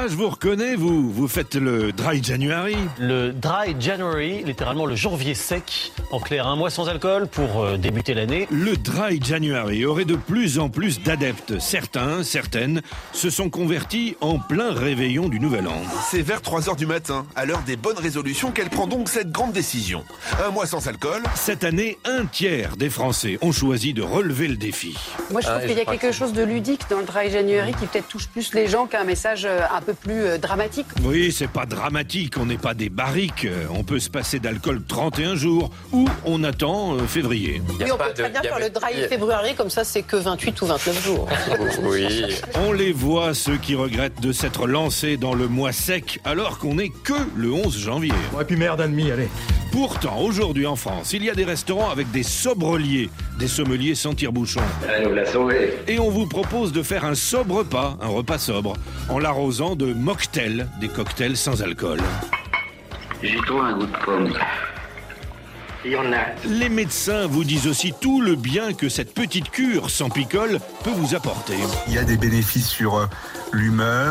je vous reconnais, vous faites le Dry January. Le Dry January, littéralement le janvier sec. En clair, un mois sans alcool pour débuter l'année. Le Dry January aurait de plus en plus d'adeptes. Certaines se sont convertis en plein réveillon du Nouvel An. C'est vers 3h du matin, à l'heure des bonnes résolutions, qu'elle prend donc cette grande décision. Un mois sans alcool. Cette année, 1/3 des Français ont choisi de relever le défi. Moi, je trouve qu'il y a quelque chose de ludique dans le Dry January qui peut-être touche plus les gens qu'un message un peu plus dramatique. Oui, c'est pas dramatique, on n'est pas des barriques. On peut se passer d'alcool 31 jours ou on attend février. Oui, on peut très bien faire le Dry February, comme ça c'est que 28 ou 29 jours. Oui. On les voit, ceux qui regrettent de s'être lancés dans le mois sec alors qu'on n'est que le 11 janvier. Ouais, puis merde et demi, allez. Pourtant, aujourd'hui en France, il y a des restaurants avec des sobreliers, des sommeliers sans tire-bouchon. Elle nous l'a sauvé. Et on vous propose de faire un sobre repas, un repas sobre, en l'arrosant de mocktails, des cocktails sans alcool. J'y trouve un goût de pomme. Il y en a. Les médecins vous disent aussi tout le bien que cette petite cure sans picole peut vous apporter. Il y a des bénéfices sur l'humeur.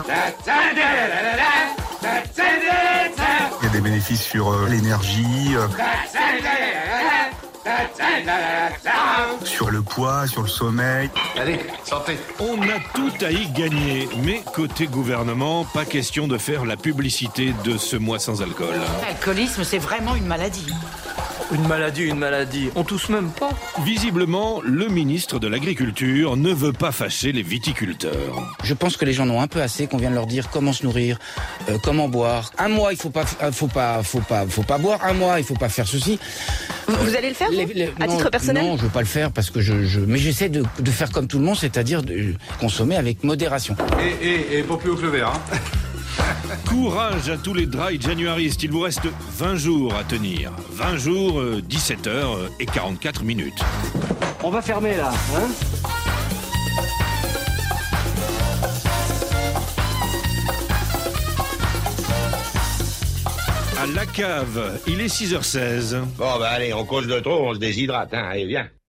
Il y a des bénéfices sur l'énergie, sur le poids, sur le sommeil. Allez, santé. On a tout à y gagner, mais côté gouvernement, pas question de faire la publicité de ce mois sans alcool. L'alcoolisme, c'est vraiment une maladie. Une maladie. On tousse même pas. Visiblement, le ministre de l'Agriculture ne veut pas fâcher les viticulteurs. Je pense que les gens en ont un peu assez qu'on vient de leur dire comment se nourrir, comment boire. Un mois, il faut pas boire. Un mois, il faut pas faire ceci. Vous allez le faire, à titre personnel? Non, je veux pas le faire parce que mais j'essaie de faire comme tout le monde, c'est-à-dire de consommer avec modération. Et pas plus haut que le verre, hein. Courage à tous les Dry Januaristes, il vous reste 20 jours à tenir. 20 jours, 17h44. On va fermer là, hein? À la cave, il est 6h16. Bon, allez, on cause de trop, on se déshydrate, hein. Allez, viens.